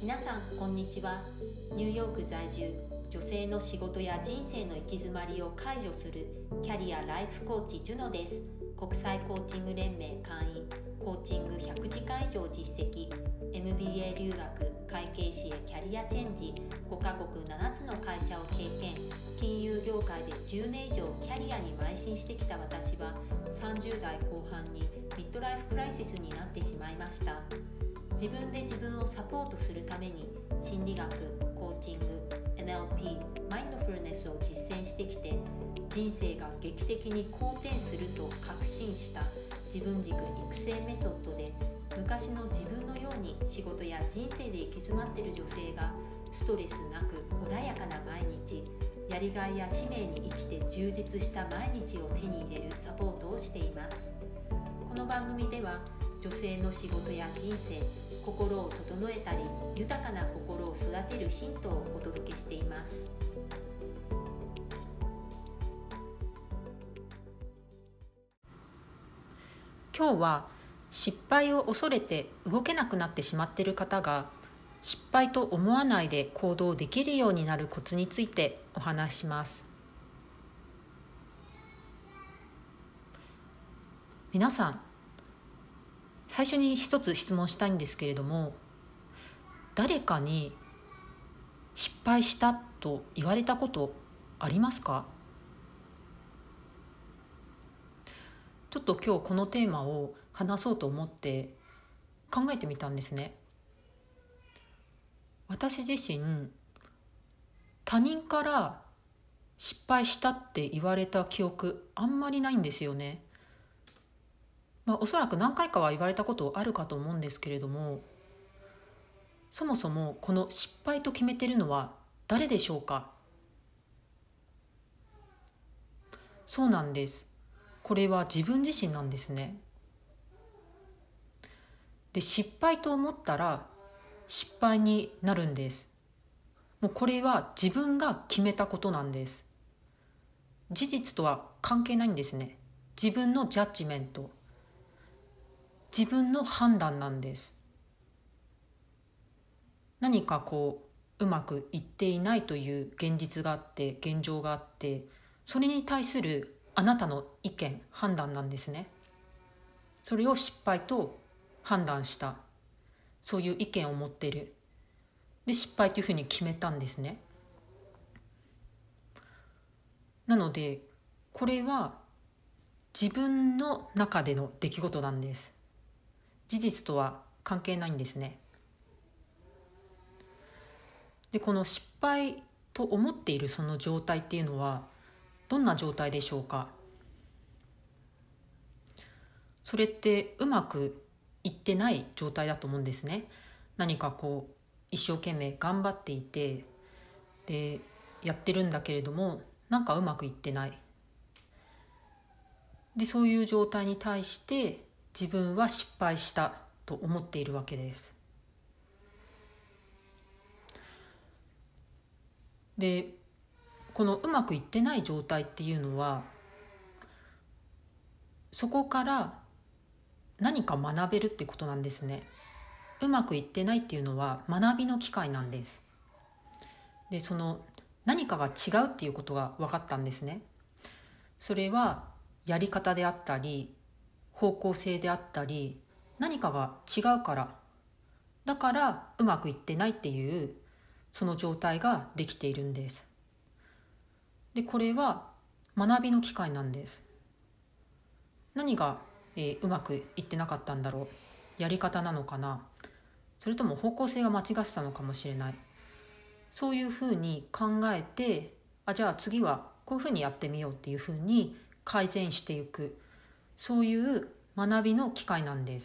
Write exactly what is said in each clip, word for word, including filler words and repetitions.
皆さんこんにちは。ニューヨーク在住、女性の仕事や人生の行き詰まりを解除するキャリアライフコーチジュノです。国際コーチング連盟会員、コーチングひゃくじかん以上実績、 エムビーエー 留学、会計士へキャリアチェンジ、ごカ国ななつの会社を経験、金融業界でじゅうねん以上キャリアに邁進してきた私はさんじゅう代後半にミッドライフクライシスになってしまいました。自分で自分をサポートするために心理学、コーチング、エヌエルピー、マインドフルネスを実践してきて、人生が劇的に好転すると確信した自分軸育成メソッドで、昔の自分のように仕事や人生で行き詰まっている女性がストレスなく穏やかな毎日、やりがいや使命に生きて充実した毎日を手に入れるサポートをしています。この番組では女性の仕事や人生、心を整えたり豊かな心を育てるヒントをお届けしています。 今日は失敗を恐れて動けなくなってしまっている方が失敗と思わないで行動できるようになるコツについてお話しします。皆さん、最初に一つ質問したいんですけれども、誰かに失敗したと言われたことありますか？ちょっと今日このテーマを話そうと思って考えてみたんですね。私自身、他人から失敗したって言われた記憶あんまりないんですよね。まあ、おそらく何回かは言われたことあるかと思うんですけれども、そもそもこの失敗と決めているのは誰でしょうか？そうなんです。これは自分自身なんですね。で、失敗と思ったら失敗になるんです。もうこれは自分が決めたことなんです。事実とは関係ないんですね。自分のジャッジメント、自分の判断なんです。何かこううまくいっていないという現実があって、現状があって、それに対するあなたの意見、判断なんですね。それを失敗と判断した、そういう意見を持っている。で、失敗というふうに決めたんですね。なのでこれは自分の中での出来事なんです。事実とは関係ないんですね。で、この失敗と思っているその状態っていうのはどんな状態でしょうか？それってうまくいってない状態だと思うんですね。何かこう一生懸命頑張っていて、でやってるんだけれどもなんかうまくいってない。で、そういう状態に対して自分は失敗したと思っているわけです。で、このうまくいってない状態っていうのは、そこから何か学べるってことなんですね。うまくいってないっていうのは学びの機会なんです。で、その何かが違うっていうことが分かったんですね。それはやり方であったり、方向性であったり、何かが違うから、だからうまくいってないっていうその状態ができているんです。で、これは学びの機会なんです。何が、えーうまくいってなかったんだろう。やり方なのかな、それとも方向性が間違ってたのかもしれない。そういうふうに考えて、あ、じゃあ次はこういうふうにやってみようっていうふうに改善していく、そういう学びの機会なんです。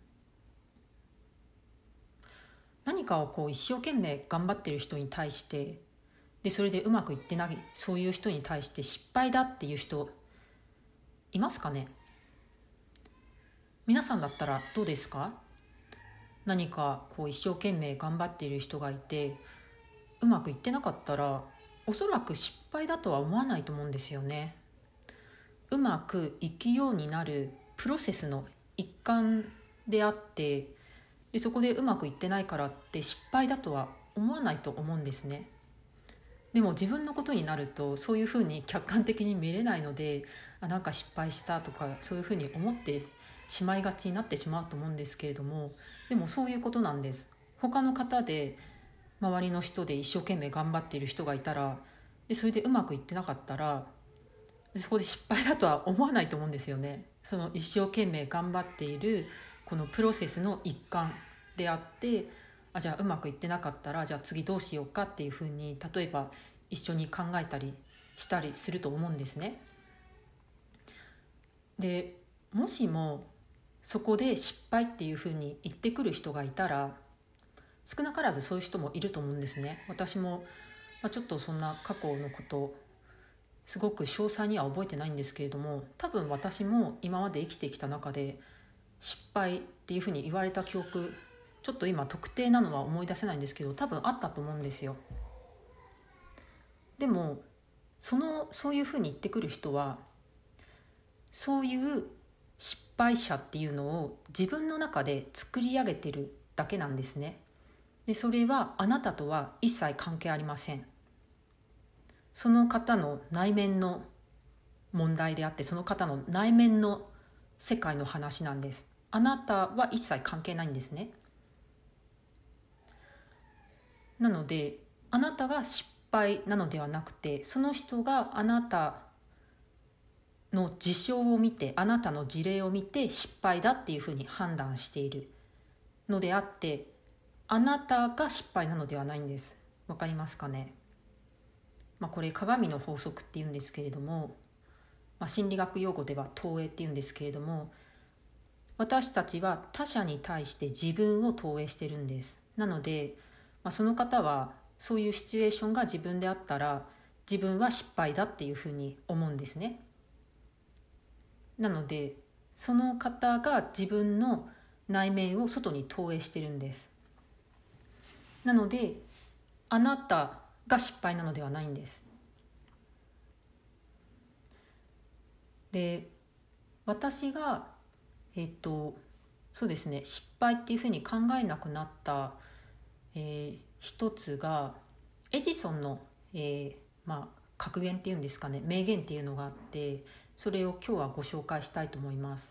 何かをこう一生懸命頑張っている人に対して、でそれでうまくいってない、そういう人に対して失敗だっていう人いますかね？皆さんだったらどうですか？何かこう一生懸命頑張っている人がいて、うまくいってなかったらおそらく失敗だとは思わないと思うんですよね。うまくいくようになるプロセスの一環であって、 でそこでうまくいってないからって失敗だとは思わないと思うんですね。でも自分のことになるとそういうふうに客観的に見れないので、あなんか失敗したとかそういうふうに思ってしまいがちになってしまうと思うんですけれども、でもそういうことなんです。他の方で周りの人で一生懸命頑張っている人がいたら、でそれでうまくいってなかったらそこで失敗だとは思わないと思うんですよね。その一生懸命頑張っているこのプロセスの一環であって、あじゃあうまくいってなかったらじゃあ次どうしようかっていうふうに例えば一緒に考えたりしたりすると思うんですね。でもしもそこで失敗っていうふうに言ってくる人がいたら、少なからずそういう人もいると思うんですね。私も、まあ、ちょっとそんな過去のことすごく詳細には覚えてないんですけれども、多分私も今まで生きてきた中で失敗っていうふうに言われた記憶、ちょっと今特定なのは思い出せないんですけど多分あったと思うんですよ。でもそのそういうふうに言ってくる人はそういう失敗者っていうのを自分の中で作り上げてるだけなんですね。でそれはあなたとは一切関係ありません。その方の内面の問題であって、その方の内面の世界の話なんです。あなたは一切関係ないんですね。なのであなたが失敗なのではなくて、その人があなたの事象を見て、あなたの事例を見て失敗だっていうふうに判断しているのであって、あなたが失敗なのではないんです。わかりますかね。まあ、これ鏡の法則っていうんですけれども、まあ、心理学用語では投影っていうんですけれども、私たちは他者に対して自分を投影してるんです。なので、まあ、その方はそういうシチュエーションが自分であったら自分は失敗だっていうふうに思うんですね。なのでその方が自分の内面を外に投影してるんです。なのであなたが失敗なのではないんです。で私がえっとそうですね失敗っていうふうに考えなくなった、えー、一つがエジソンの、えー、まあ格言っていうんですかね、名言っていうのがあって、それを今日はご紹介したいと思います。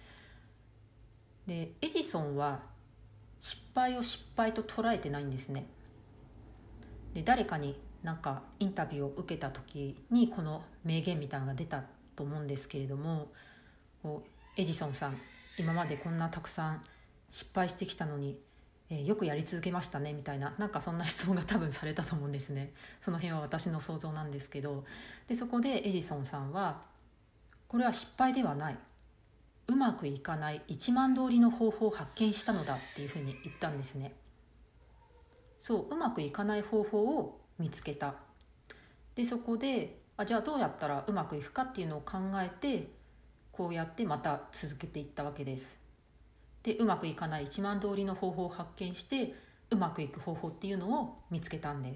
でエジソンは失敗を失敗と捉えてないんですね。で誰かになんかインタビューを受けた時にこの名言みたいなのが出たと思うんですけれども、エジソンさん今までこんなたくさん失敗してきたのに、えー、よくやり続けましたねみたいな、なんかそんな質問が多分されたと思うんですね。その辺は私の想像なんですけど、でそこでエジソンさんはこれは失敗ではない、うまくいかないいちまん通りの方法を発見したのだっていうふうに言ったんですね。そううまくいかない方法を見つけた。でそこであじゃあどうやったらうまくいくかっていうのを考えて、こうやってまた続けていったわけです。でうまくいかないいちまん通りの方法を発見してうまくいく方法っていうのを見つけたんです。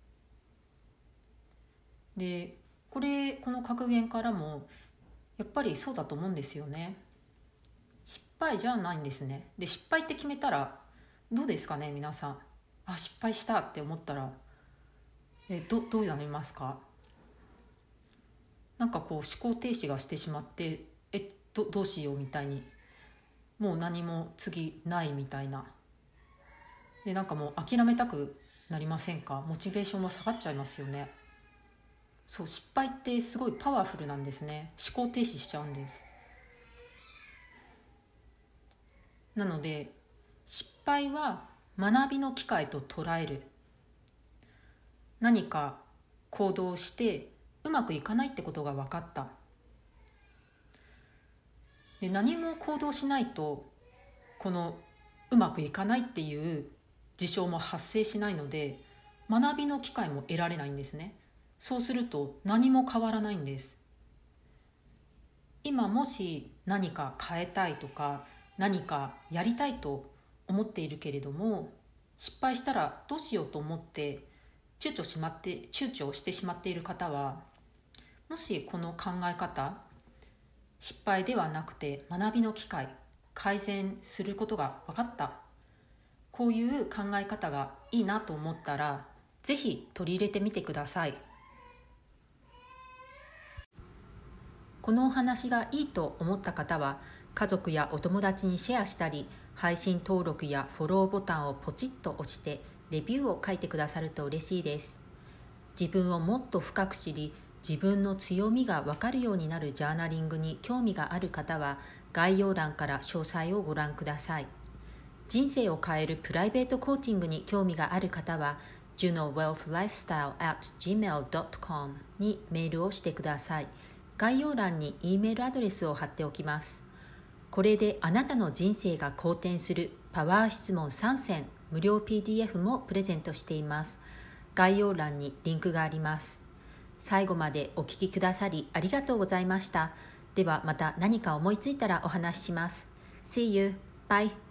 でこれこの格言からもやっぱりそうだと思うんですよね。失敗じゃないんですね。で失敗って決めたらどうですかね皆さん。あ失敗したって思ったらえ ど, どうなりますか。なんかこう思考停止がしてしまってえ ど, どうしようみたいに、もう何も次ないみたいなで、なんかもう諦めたくなりませんか。モチベーションも下がっちゃいますよね。そう失敗ってすごいパワフルなんですね。思考停止しちゃうんです。なので失敗は学びの機会と捉える。何か行動してうまくいかないってことが分かった。で何も行動しないとこのうまくいかないっていう事象も発生しないので、学びの機会も得られないんですね。そうすると何も変わらないんです。今もし何か変えたいとか何かやりたいと思っているけれども、失敗したらどうしようと思って躊躇しまって躊躇してしまっている方は、もしこの考え方、失敗ではなくて学びの機会、改善することが分かったこういう考え方がいいなと思ったら、ぜひ取り入れてみてください。このお話がいいと思った方は、家族やお友達にシェアしたり、配信登録やフォローボタンをポチッと押してレビューを書いてくださると嬉しいです。自分をもっと深く知り、自分の強みがわかるようになるジャーナリングに興味がある方は、概要欄から詳細をご覧ください。人生を変えるプライベートコーチングに興味がある方は、ジュノ ウェルスライフスタイル アット ジーメール ドット コム にメールをしてください。概要欄に E メールアドレスを貼っておきます。これであなたの人生が好転するパワー質問さんせん無料 ピーディーエフ もプレゼントしています。概要欄にリンクがあります。最後までお聞きくださりありがとうございました。ではまた何か思いついたらお話しします。See you. Bye.